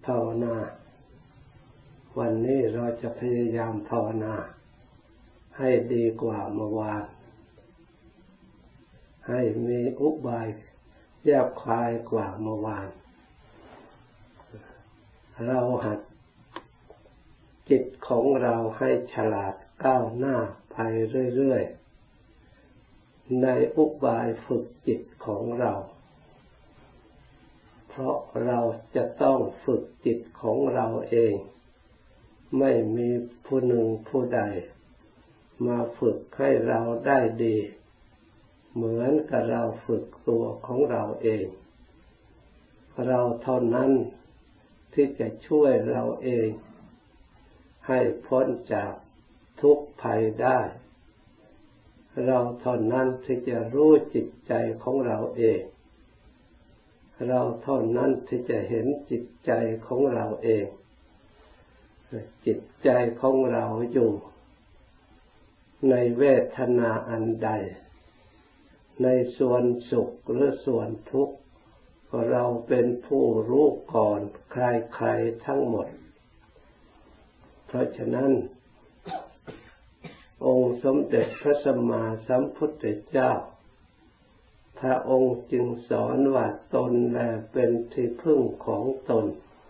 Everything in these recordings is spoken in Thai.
ภาวนาวันนี้เราจะพยายามภาวนาให้ดีกว่าเมื่อวานให้มีอุบายแยบคายกว่าเมื่อวานเราหัดจิตของเราให้ฉลาดก้าวหน้าไปเรื่อยๆในอุบายฝึกจิตของเราเพราะเราจะต้องฝึกจิตของเราเองไม่มีผู้หนึ่งผู้ใดมาฝึกให้เราได้ดีเหมือนกับเราฝึกตัวของเราเองเราเท่านั้นที่จะช่วยเราเองให้พ้นจากทุกข์ภัยได้เราเท่านั้นที่จะรู้จิตใจของเราเองเราเท่านั้นที่จะเห็นจิตใจของเราเองจิตใจของเราอยู่ในเวทนาอันใดในส่วนสุขหรือส่วนทุกข์เราเป็นผู้รู้ก่อนใครๆทั้งหมดเพราะฉะนั้นองค์สมเด็จพระสัมมาสัมพุทธเจ้าพระองค์จึงสอนว่าตนแลเป็นที่พึ่งของตน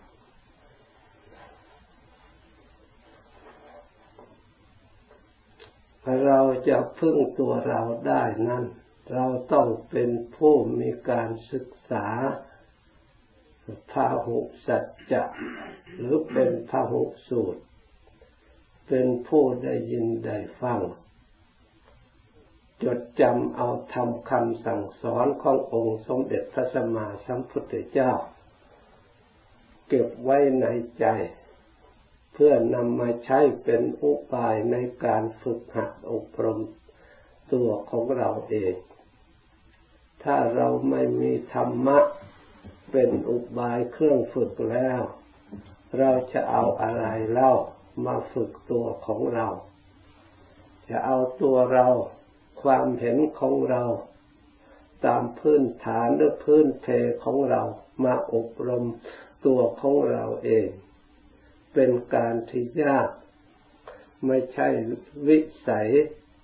เราจะพึ่งตัวเราได้นั้นเราต้องเป็นผู้มีการศึกษาพหุสัจจะหรือเป็นพหุสูตรเป็นผู้ได้ยินได้ฟังจดจำเอาธรรมคำสั่งสอนขององค์สมเด็จพระสัมมาสัมพุทธเจ้าเก็บไว้ในใจเพื่อนำมาใช้เป็นอุบายในการฝึกหัดอบรมตัวของเราเองถ้าเราไม่มีธรรมะเป็นอุบายเครื่องฝึกแล้วเราจะเอาอะไรเล่ามาฝึกตัวของเราจะเอาตัวเราความเห็นของเราตามพื้นฐานหรือพื้นเพของเรามาอบรมตัวของเราเองเป็นการที่ยากไม่ใช่วิสัย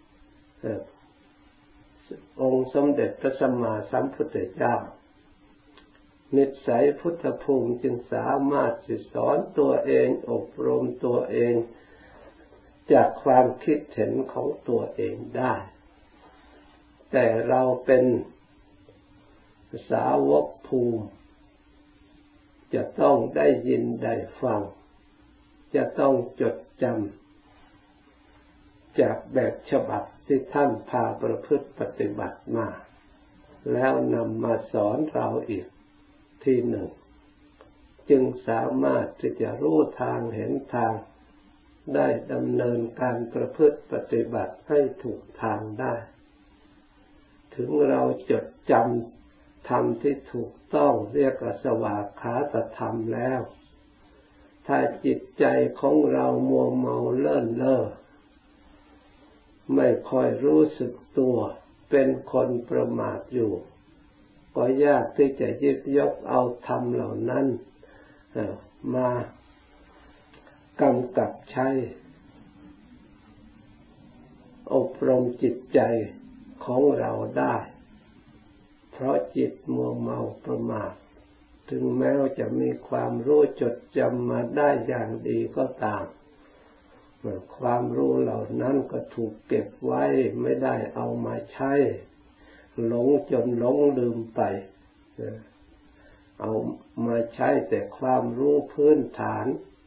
องค์สมเด็จพระสัมมาสัมพุทธเจ้านิสัยพุทธภูมิจึงสามารถสอนตัวเองอบรมตัวเองจากความคิดเห็นของตัวเองได้แต่เราเป็นสาวกภูมิจะต้องได้ยินได้ฟังจะต้องจดจำจากแบบฉบับที่ท่านพาประพฤติปฏิบัติมาแล้วนำมาสอนเราอีกทีหนึ่งจึงสามารถที่จะรู้ทางเห็นทางได้ดำเนินการประพฤติปฏิบัติให้ถูกทางได้ถึงเราจดจำธรรมที่ถูกต้องเรียกว่าสวากขาตธรรมแล้วถ้าจิตใจของเรามัวเมาเลิ่นเล่อไม่ค่อยรู้สึกตัวเป็นคนประมาทอยู่ก็ยากที่จะหยิบยกเอาธรรมเหล่านั้นมากำกับใช้อบรมจิตใจของเราได้เพราะจิตมัวเมาประมาทถึงแม้ว่าจะมีความรู้จดจำมาได้อย่างดีก็ตามความรู้เหล่านั้นก็ถูกเก็บไว้ไม่ได้เอามาใช้หลงจนหลงลืมไปเอามาใช้แต่ความรู้พื้นฐาน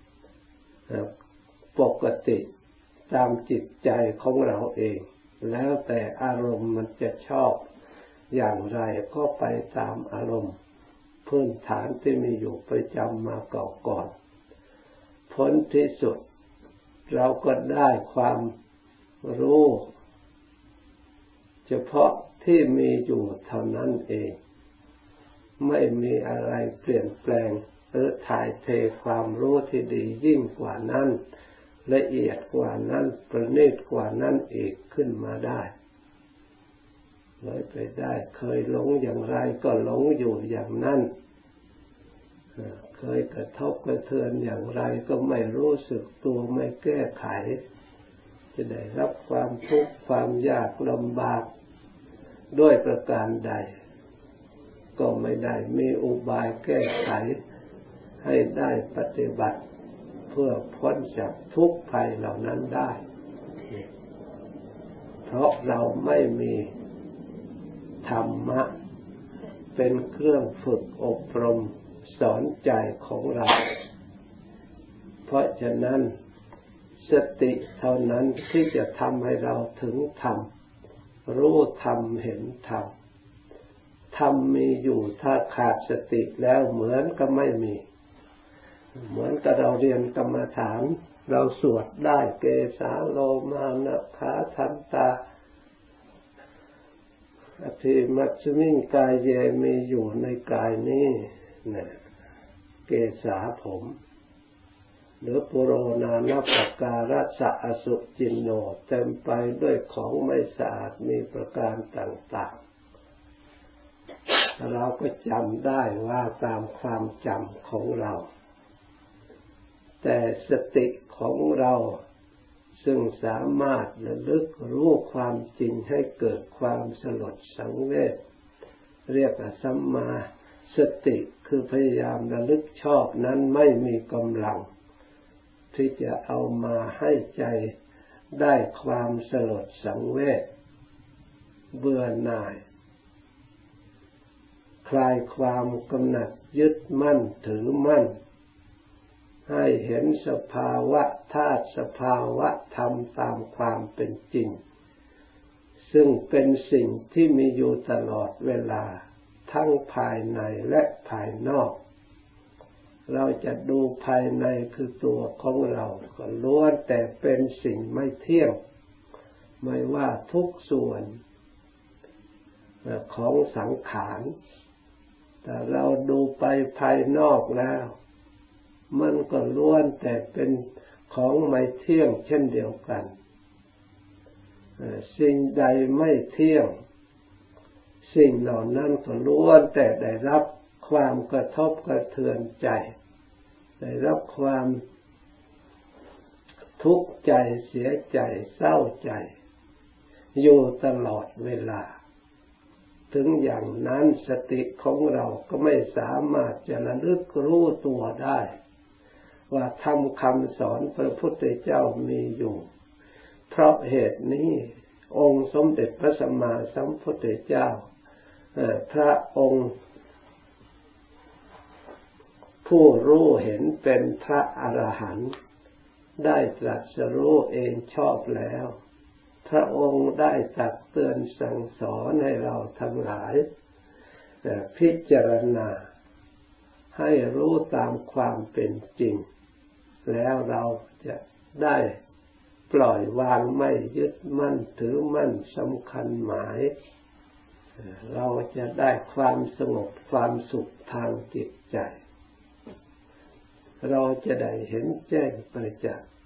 ปกติตามจิตใจของเราเองแล้วแต่อารมณ์มันจะชอบอย่างไรก็ไปตามอารมณ์พื้นฐานที่มีอยู่ประจำมาก่อนผลที่สุดเราก็ได้ความรู้เฉพาะที่มีอยู่เท่านั้นเองไม่มีอะไรเปลี่ยนแปลงหรือถ่ายเทความรู้ที่ดียิ่งกว่านั้นละเอียดกว่านั้นประณีตกว่านั้นอีกขึ้นมาได้เลยไปได้เคยหลงอย่างไรก็หลงอยู่อย่างนั้นเคยกระทบกระเทือนอย่างไรก็ไม่รู้สึกตัวไม่แก้ไขจะได้รับความทุกข์ความยากลำบากด้วยประการใดก็ไม่ได้มีอุบายแก้ไขให้ได้ปฏิบัติเพื่อพ้นจากทุกข์ภัยเหล่านั้นได้เพราะเราไม่มีธรรมะเป็นเครื่องฝึกอบรมสอนใจของเราเพราะฉะนั้นสติเท่านั้นที่จะทำให้เราถึงธรรมรู้ธรรมเห็นธรรมธรรมมีอยู่ถ้าขาดสติแล้วเหมือนกับไม่มีเหมือนกับเราเรียนกรรมฐานเราสวดได้เกสาโลมานะขาทันตาอธิมัชฌิมิงกายเยมีอยู่ในกายนี้นะเกสาผมหรือปุโรนานัปการะสะอสุจินโนเต็มไปด้วยของไม่สะอาดมีประการต่างๆเราก็จำได้ว่าตามความจำของเราแต่สติของเราซึ่งสามารถระลึกรู้ความจริงให้เกิดความสลดสังเวชเรียกว่าสัมมาสติคือพยายามระลึกชอบนั้นไม่มีกำลังที่จะเอามาให้ใจได้ความสลดสังเวชเบื่อหน่ายคลายความกำหนัดยึดมั่นถือมั่นให้เห็นสภาวะธาตุสภาวะธรรมตามความเป็นจริงซึ่งเป็นสิ่งที่มีอยู่ตลอดเวลาทั้งภายในและภายนอกเราจะดูภายในคือตัวของเราก็ล้วนแต่เป็นสิ่งไม่เที่ยงไม่ว่าทุกส่วนของสังขารแต่เราดูไปภายนอกแล้วมันก็ล้วนแต่เป็นของไม่เที่ยงเช่นเดียวกันสิ่งใดไม่เที่ยงสิ่งเหล่านั้นก็ล้วนแต่ได้รับความกระทบกระเทือนใจได้รับความทุกข์ใจเสียใจเศร้าใจอยู่ตลอดเวลาถึงอย่างนั้นสติของเราก็ไม่สามารถจะระลึกรู้ตัวได้ว่าธรรมคำสอนพระพุทธเจ้ามีอยู่เพราะเหตุนี้องค์สมเด็จพระสัมมาสัมพุทธเจ้าพระองค์ผู้รู้เห็นเป็นพระอรหันต์ได้ตรัสรู้เองชอบแล้วพระองค์ได้ตักเตือนสั่งสอนให้เราทั้งหลายพิจารณาให้รู้ตามความเป็นจริงแล้วเราจะได้ปล่อยวางไม่ยึดมั่นถือมั่นสำคัญหมายเราจะได้ความสงบความสุขทางจิตใจเราจะได้เห็นแจ้งประจักษ์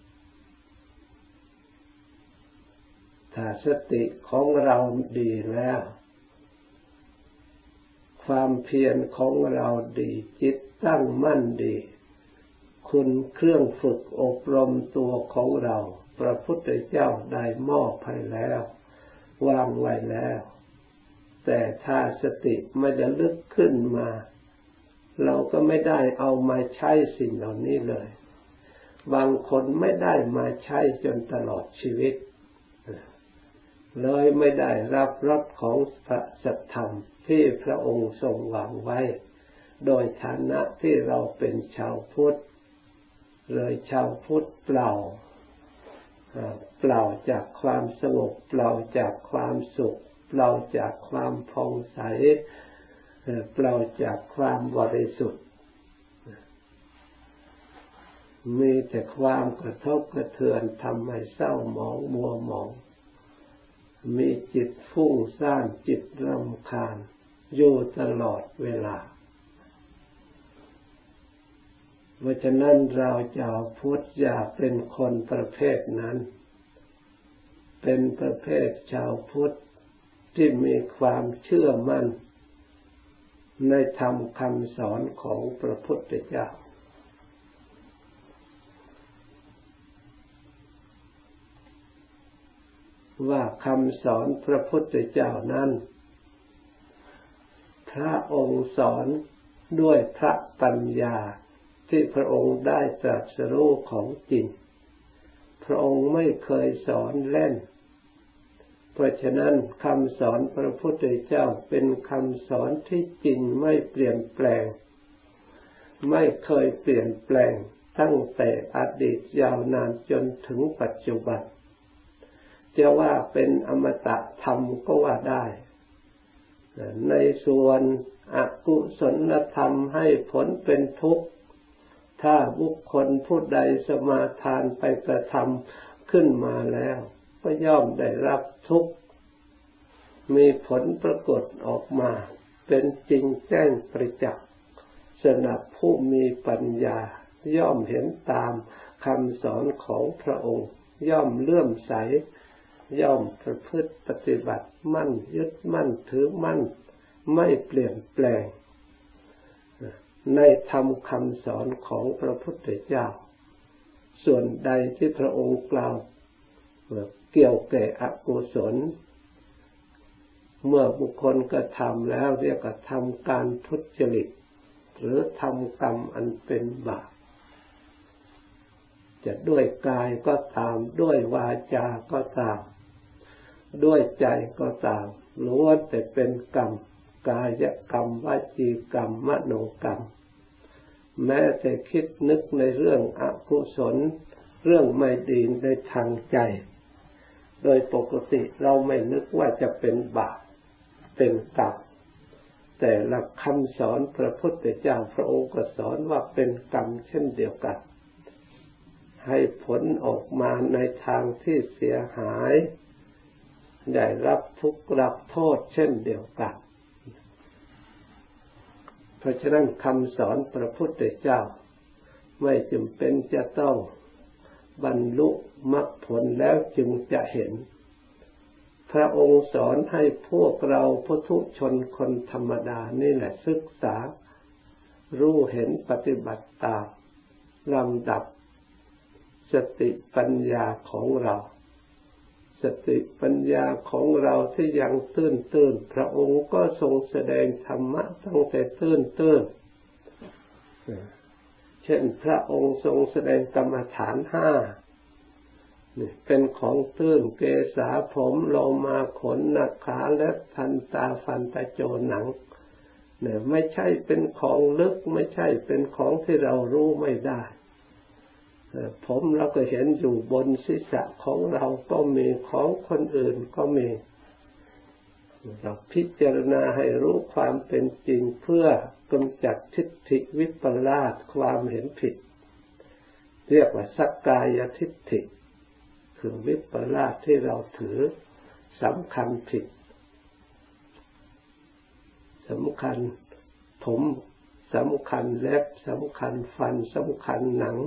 ถ้าสติของเราดีแล้วความเพียรของเราดีจิตตั้งมั่นดีคุณเครื่องฝึกอบรมตัวของเราพระพุทธเจ้าได้มอบให้แล้ววางไว้แล้วแต่ถ้าสติไม่ระลึกขึ้นมาเราก็ไม่ได้เอามาใช้สิ่งเหล่านี้เลยบางคนไม่ได้มาใช้จนตลอดชีวิตเลยไม่ได้รับรสของพระสัทธรรมที่พระองค์ทรงวางไว้โดยฐานะที่เราเป็นชาวพุทธเลยชาวพุทธเปล่าจากความสงบเปล่าจากความสุขเปล่าจากความผ่องใสเปล่าจากความบริสุทธิ์มีแต่ความกระทบกระเทือนทำให้เศร้าหมองมัวหมองมีจิตฟุ้งซ่านจิตรำคาญอยู่ตลอดเวลาเพราะฉะนั้นเราชาวพุทธอย่าเป็นคนประเภทนั้นเป็นประเภทชาวพุทธที่มีความเชื่อมั่นในธรรมคำสอนของพระพุทธเจ้าว่าคำสอนพระพุทธเจ้านั้นพระองค์สอนด้วยพระปัญญาที่พระองค์ได้ตรัสรู้ของจริงพระองค์ไม่เคยสอนเล่นเพราะฉะนั้นคำสอนพระพุทธเจ้าเป็นคำสอนที่จริงไม่เปลี่ยนแปลงไม่เคยเปลี่ยนแปลงตั้งแต่อดีตยาวนานจนถึงปัจจุบันจะว่าเป็นอมตะธรรมก็ว่าได้ในส่วนอกุศลธรรมให้ผลเป็นทุกข์ถ้าบุคคลผู้ใดสมาทานไปกระทำขึ้นมาแล้วก็ย่อมได้รับทุกข์มีผลปรากฏออกมาเป็นจริงแจ้งประจักษ์สำหรับผู้มีปัญญาย่อมเห็นตามคำสอนของพระองค์ย่อมเลื่อมใสย่อมประพฤติปฏิบัติมั่นยึดมั่นถือมั่นไม่เปลี่ยนแปลงในธรรมคำสอนของพระพุทธเจ้าส่วนใดที่พระองค์กล่าวเกี่ยวแก่อกุศลเมื่อบุคคลกระทำแล้วเรียกว่าทำการทุจริตหรือทำกรรมอันเป็นบาปจะด้วยกายก็ตามด้วยวาจาก็ตามด้วยใจก็ตามล้วนแต่เป็นกรรมกายกรรมวจีกรรมมโนกรรมแม้แต่คิดนึกในเรื่องอกุศลเรื่องไม่ดีในทางใจโดยปกติเราไม่นึกว่าจะเป็นบาปเป็นกรรมแต่หลักคำสอนพระพุทธเจ้าพระองค์ก็สอนว่าเป็นกรรมเช่นเดียวกันให้ผลออกมาในทางที่เสียหายได้รับทุกข์รับโทษเช่นเดียวกันเพราะฉะนั้นคำสอนพระพุทธเจ้าไม่จำเป็นจะต้องบรรลุมรรคผลแล้วจึงจะเห็นพระองค์สอนให้พวกเราปุถุชนคนธรรมดานี่แหละศึกษารู้เห็นปฏิบัติตามลำดับสติปัญญาของเราสติปัญญาของเราที่ยังตื้นพระองค์ก็ทรงแสดงธรรมะตั้งแต่ตื้นเช่นพระองค์ทรงแสดงกรรมฐาน5เป็นของตื้นเกศาผมโลมาขนนาขาเล็บทันตาฟันตะโจหนังเนี่ยไม่ใช่เป็นของลึกไม่ใช่เป็นของที่เรารู้ไม่ได้ผมเราก็เห็นอยู่บนศีรษะของเราก็มีของคนอื่นก็มีเราพิจารณาให้รู้ความเป็นจริงเพื่อกำจัดทิฏฐิวิปลาสความเห็นผิดเรียกว่าสักกายทิฏฐิคือวิปลาสที่เราถือสำคัญผิดสำคัญผมสำคัญเล็บสำคัญฟันสำคัญหนัง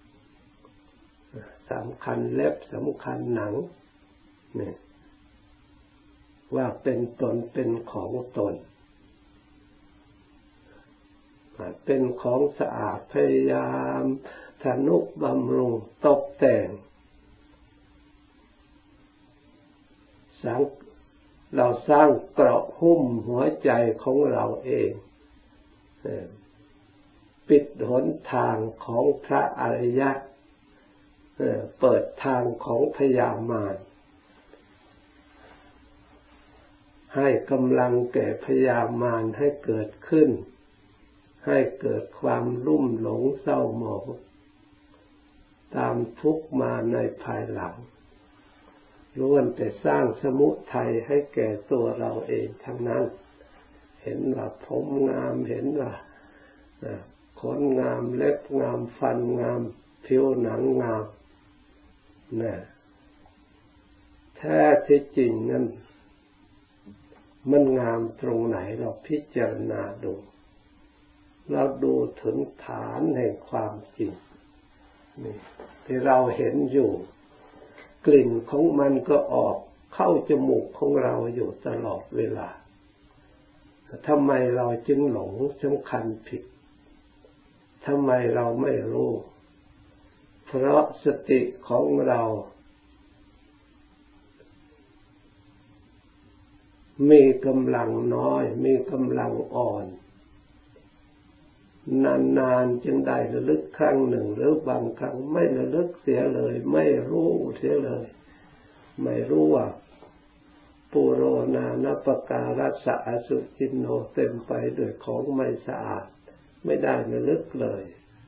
สำคัญเล็บสำคัญหนังนี่ว่าเป็นตนเป็นของตนเป็นของสะอาดพยายามทนุบำรุงตกแต่งเราสร้างเกราะหุ้มหัวใจของเราเองปิดหนทางของพระอริยะเปิดทางของพญามารให้กำลังแก่พญามารให้เกิดขึ้นให้เกิดความลุ่มหลงเศร้าหมองตามทุกข์มาในภายหลังล้วนแต่สร้างสมุทัยให้แก่ตัวเราเองทั้งนั้นเห็นว่าผมงามเห็นว่าขนงามเล็บงามฟันงามผิวหนังงามนะแท้ที่จริงนั้นมันงามตรงไหนเราพิจารณาดูเราดูถึงฐานแห่งความจริงนี่ที่เราเห็นอยู่กลิ่นของมันก็ออกเข้าจมูกของเราอยู่ตลอดเวลาทำไมเราจึงหลงสำคัญผิดทำไมเราไม่รู้เพราะสติของเรามีกำลังน้อยมีกำลังอ่อนนานๆจึงได้ระลึกครั้งหนึ่งหรือบางครั้งไม่ระลึกเสียเลยไม่รู้เสียเลยไม่รู้ว่าปุโรนานัปการัสสะอสุจินโนเต็มไปด้วยของไม่สะอาดไม่ได้ระลึกเลย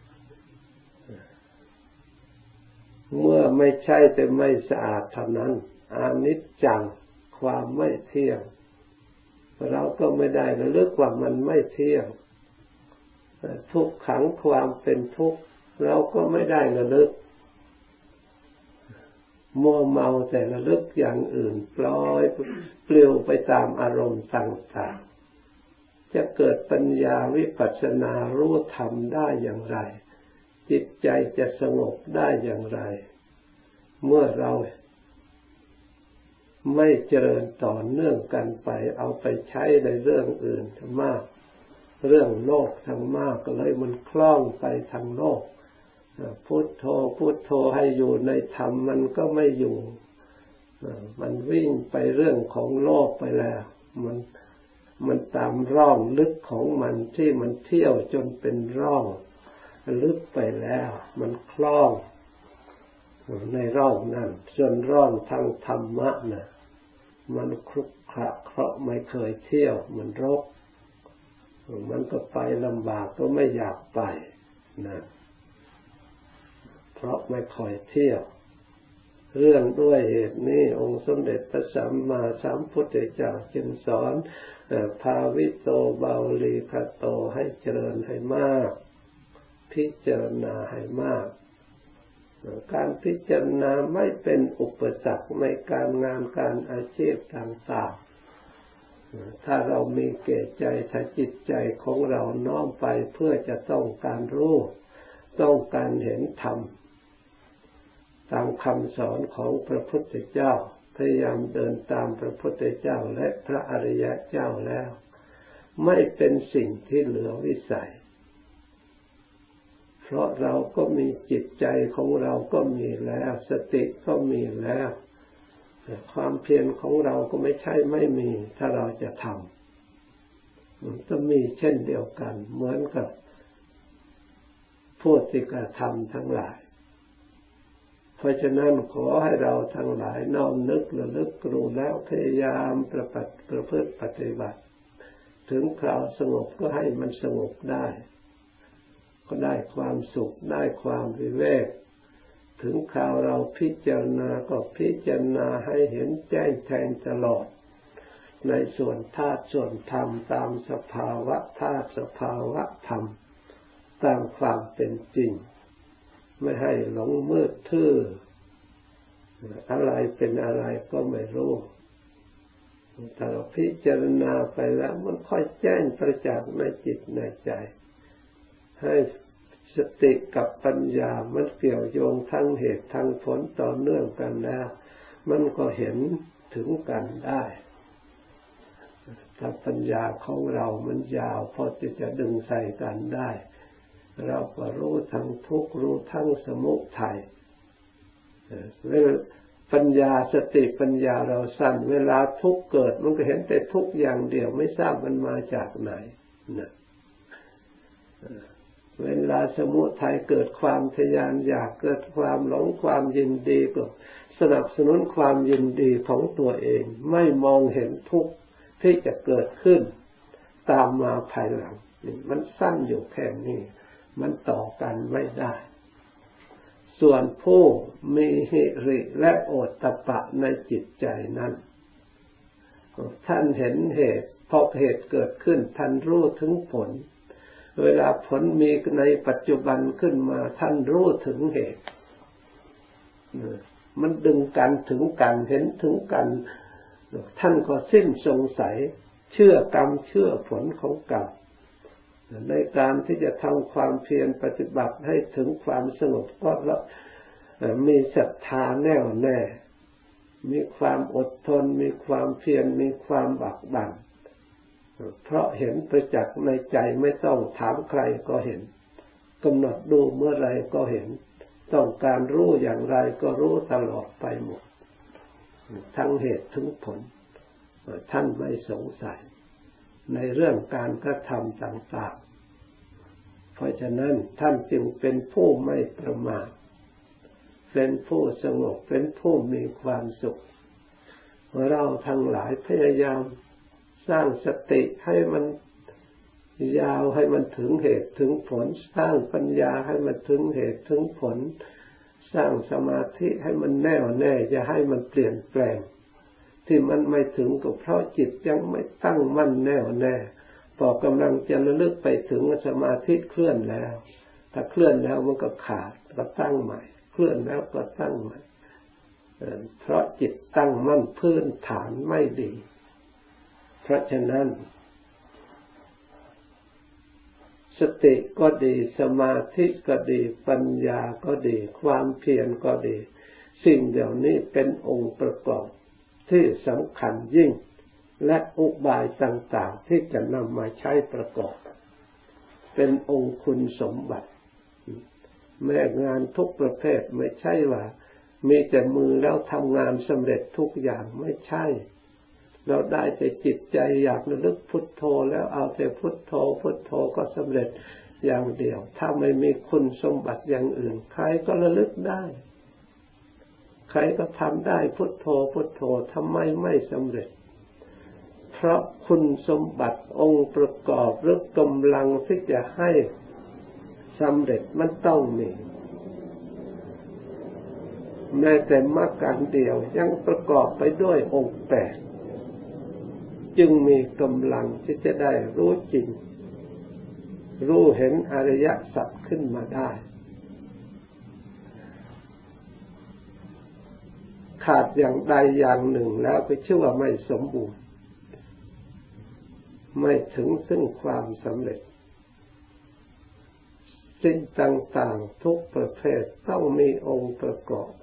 เมื่อไม่ใช่แต่ไม่สะอาดเท่านั้นอนิจจังความไม่เที่ยงเราก็ไม่ได้ระลึกว่ามันไม่เที่ยงทุกขังความเป็นทุกข์เราก็ไม่ได้ระลึกมัวเมาแต่ระลึกอย่างอื่นปล่อยปลิวไปตามอารมณ์ต่างๆจะเกิดปัญญาวิปัสสนารู้ธรรมได้อย่างไรจิตใจจะสงบได้อย่างไรเมื่อเราไม่เจริญต่อเนื่องกันไปเอาไปใช้ในเรื่องอื่นทั้งมากเรื่องโลกทั้งมากก็เลยมันคล่องไปทางโลกพุทโธพุทโธให้อยู่ในธรรมมันก็ไม่อยู่มันวิ่งไปเรื่องของโลกไปแล้วมันตามร่องลึกของมันที่มันเที่ยวจนเป็นร่องลึกไปแล้วมันคล่องในร่องนั้นส่วนร่องทางธรรมะน่ะมันครุขระเพราะไม่เคยเที่ยวมันรกมันก็ไปลำบากก็ไม่อยากไปนะเพราะไม่ค่อยเที่ยวเรื่องด้วยเหตุนี้องค์สมเด็จพระสัมมาสัมพุทธเจ้าจึงสอนภาวิโตเบาลีคโตให้เจริญให้มากพิจารณาให้มากการพิจารณาไม่เป็นอุปสรรคในการงานการอาชีพต่างๆถ้าเรามีเกจใจถ้าจิตใจของเราน้อมไปเพื่อจะต้องการรู้ต้องการเห็นธรรมตามคำสอนของพระพุทธเจ้าพยายามเดินตามพระพุทธเจ้าและพระอริยเจ้าแล้วไม่เป็นสิ่งที่เหลือวิสัยเพราะเราก็มีจิตใจของเราก็มีแล้วสติก็มีแล้วความเพียรของเราก็ไม่ใช่ไม่มีถ้าเราจะทำมันก็มีเช่นเดียวกันเหมือนกับโพธิกธรรมทั้งหลายเพราะฉะนั้นขอให้เราทั้งหลายน้อมนึกระลึกรู้แล้วพยายามประพฤติปฏิบัติถึงคราวสงบก็ให้มันสงบได้ก็ได้ความสุขได้ความวิเวกถึงคราวเราพิจารณาก็พิจารณาให้เห็นแจ้งแทงตลอดในส่วนธาตุส่วนธรรมตามสภาวะธาตุสภาวะธรรมตามความเป็นจริงไม่ให้หลงมืดทื่ออะไรเป็นอะไรก็ไม่รู้ถ้าเราพิจารณาไปแล้วมันค่อยแจ้งประจักษ์ในจิตในใจให้สติกับปัญญามันเกี่ยวโยงทั้งเหตุทั้งผลต่อเนื่องกันแล้วมันก็เห็นถึงกันได้ถ้าปัญญาของเรามันยาวพอจะดึงใส่กันได้เราก็รู้ทั้งทุกข์รู้ทั้งสมุทัยเวลาปัญญาสติปัญญาเราสั้นเวลาทุกข์เกิดมันก็เห็นแต่ทุกข์อย่างเดียวไม่ทราบมันมาจากไหนนะเวลาสมุทัยเกิดความทยานอยากเกิดความหลงความยินดีก็สนับสนุนความยินดีของตัวเองไม่มองเห็นทุกข์ที่จะเกิดขึ้นตามมาภายหลังมันสั้นอยู่แค่นี้มันต่อกันไม่ได้ส่วนผู้มีหิริและโอตตัปปะในจิตใจนั้นท่านเห็นเหตุพอเหตุเกิดขึ้นท่านรู้ถึงผลเวลาผลมีในปัจจุบันขึ้นมาท่านรู้ถึงเหตุมันดึงกันถึงกันเห็นถึงกันท่านก็สิ้นสงสัยเชื่อกรรมเชื่อผลของกรรมในการที่จะทำความเพียรปฏิบัติให้ถึงความสงบก็มีศรัทธาแน่วแน่มีความอดทนมีความเพียรมีความบักบั่นเพราะเห็นประจักษ์ในใจไม่ต้องถามใครก็เห็นกำหนดดูเมื่อไรก็เห็นต้องการรู้อย่างไรก็รู้ตลอดไปหมดทั้งเหตุถึงผลท่านไม่สงสัยในเรื่องการกระทำต่างๆเพราะฉะนั้นท่านจึงเป็นผู้ไม่ประมาทเป็นผู้สงบเป็นผู้มีความสุขเราทั้งหลายพยายามสร้างสติให้มันยาวให้มันถึงเหตุถึงผลสร้างปัญญาให้มันถึงเหตุถึงผลสร้างสมาธิให้มันแน่วแน่อย่าให้มันเปลี่ยนแปลงที่มันไม่ถึงก็เพราะจิตยังไม่ตั้งมั่นแน่วแน่พอกำลังจะระลึกไปถึงสมาธิเคลื่อนแล้วถ้าเคลื่อนแล้วมันก็ขาดก็ตั้งใหม่เคลื่อนแล้วก็ตั้งใหม่เพราะจิตตั้งมั่นพื้นฐานไม่ดีเพราะฉะนั้นสติก็ดีสมาธิก็ดีปัญญาก็ดีความเพียรก็ดีสิ่งเหล่านี้เป็นองค์ประกอบที่สำคัญยิ่งและอุบายต่างๆที่จะนำมาใช้ประกอบเป็นองค์คุณสมบัติแม้งานทุกประเภทไม่ใช่ว่ามีแต่มือแล้วทำงานสำเร็จทุกอย่างไม่ใช่เราได้แต่จิตใจอยากระลึกพุทโธแล้วเอาแต่พุทโธพุทโธก็สำเร็จอย่างเดียวถ้าไม่มีคุณสมบัติอย่างอื่นใครก็ระลึกได้ใครก็ทำได้พุทโธพุทโธทำไมไม่สำเร็จเพราะคุณสมบัติองค์ประกอบหรือกำลังที่จะให้สำเร็จมันต้องมีแม้แต่มรรคอันเดียวยังประกอบไปด้วยองค์แปดจึงมีกำลังที่จะได้รู้จริงรู้เห็นอริยสัจขึ้นมาได้ขาดอย่างใดอย่างหนึ่งแล้วก็ชื่อว่าไม่สมบูรณ์ไม่ถึงซึ่งความสำเร็จสิ่งต่างๆทุกประเภทต้องมีองค์ประกอบ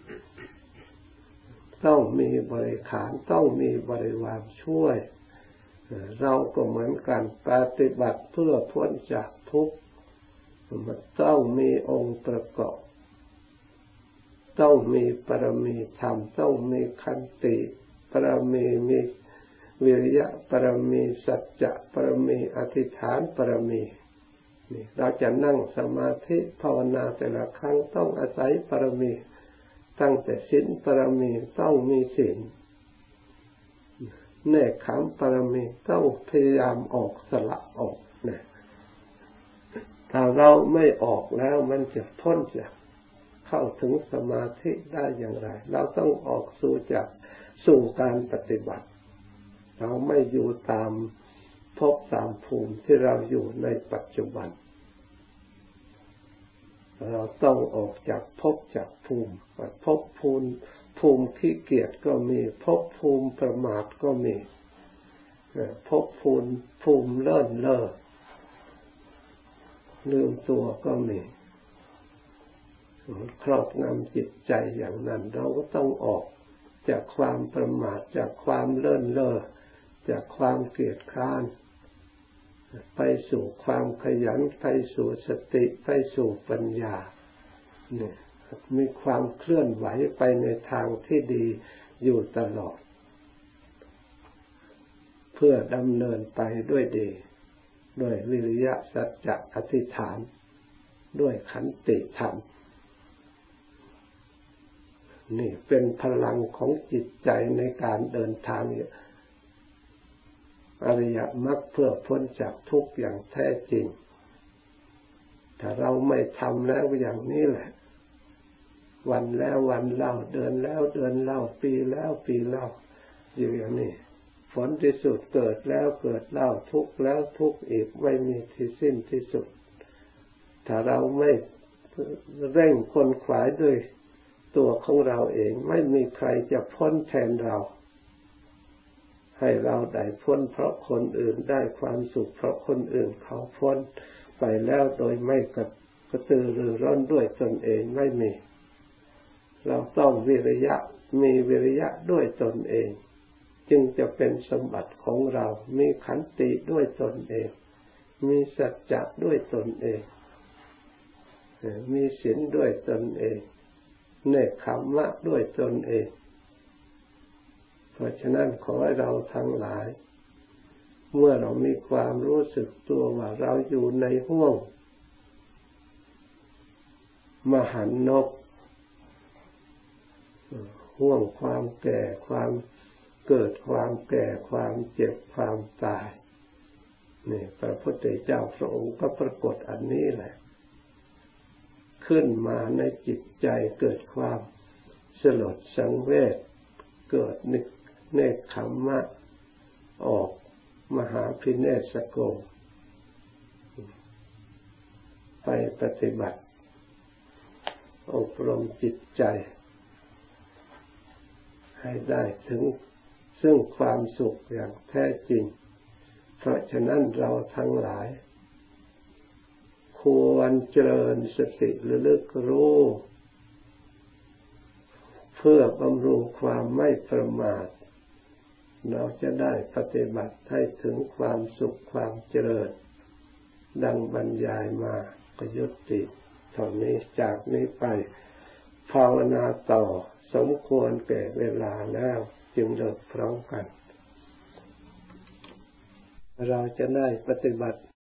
ต้องมีบริขารต้องมีบริวารช่วยเราก็เหมือนกันปฏิบัติเพื่อพ้นจากทุกข์มันต้องมีองค์ประกอบต้องมีปรมีธรรมต้องมีขันติปรมีมีวิริยะปรมีสัจจะปรมีอธิษฐานปรมีนี่เราจะนั่งสมาธิภาวนาแต่ละครั้งต้องอาศัยปรมีตั้งแต่ศีลปรมีต้องมีศีลเนกขัมปรมีต้องพยายามออกสละออกนะถ้าเราไม่ออกแล้วมันจะพ้นจากเข้าถึงสมาธิได้อย่างไรเราต้องออกสู่การปฏิบัติเราไม่อยู่ตามภพตามภูมิที่เราอยู่ในปัจจุบันเราต้องออกจากภพจากภูมิภพภูมิขี้เกียจก็มีภพภูมิประมาทก็มีภพภูมิเลิศเล่อลืมตัวก็มีครอบงำจิตใจอย่างนั้นเราก็ต้องออกจากความประมาทจากความเลิศเล่อจากความเกียจคร้านไปสู่ความขยันไปสู่สติไปสู่ปัญญาเนี่ยมีความเคลื่อนไหวไปในทางที่ดีอยู่ตลอดเพื่อดำเนินไปด้วยดีด้วยวิริยะสัจจะอธิษฐานด้วยขันติธรรมนี่เป็นพลังของจิตใจในการเดินทางอริยมรรคเพื่อพ้นจากทุกข์อย่างแท้จริงถ้าเราไม่ทำแล้วอย่างนี้แหละวันแล้ววันเล่าเดือนแล้วเดือนเล่าปีแล้วปีเล่าอยู่อย่างนี้ผลที่สุดเกิดแล้วเกิดเล่าทุกข์แล้วทุกข์อีกไม่มีที่สิ้นที่สุดถ้าเราไม่เร่งค้นขวายด้วยตัวของเราเองไม่มีใครจะพ้นแทนเราให้เราได้พ้นเพราะคนอื่นได้ความสุขเพราะคนอื่นเขาพ้นไปแล้วโดยไม่กระตือรือร้นด้วยตนเองไม่มีเราต้องวิริยะมีวิริยะด้วยตนเองจึงจะเป็นสมบัติของเรามีขันติด้วยตนเองมีสัจจะด้วยตนเองมีศีลด้วยตนเองเนกขัมมะด้วยตนเองเพราะฉะนั้นขอให้เราทั้งหลายเมื่อเรามีความรู้สึกตัวว่าเราอยู่ในห้วงมหันนบห่วงความแก่ความเกิดความแก่ความเจ็บความตายนี่พระพุทธเจ้าพระองค์ก็ปรากฏอันนี้แหละขึ้นมาในจิตใจเกิดความสลดสังเวชเกิดเนกขัมมะออกมหาพิเนศโกไปปฏิบัติอบรมจิตใจให้ได้ถึงซึ่งความสุขอย่างแท้จริงเพราะฉะนั้นเราทั้งหลายควรเจริญสติระลึกรู้เพื่อบำรุงความไม่ประมาทเราจะได้ปฏิบัติให้ถึงความสุขความเจริญดังบรรยายมาก็ยุติเท่านี้จากนี้ไปภาวนาต่อสมควรแก่เวลาแล้วจึงเลิกพร้อมกันเราจะได้ปฏิบัติ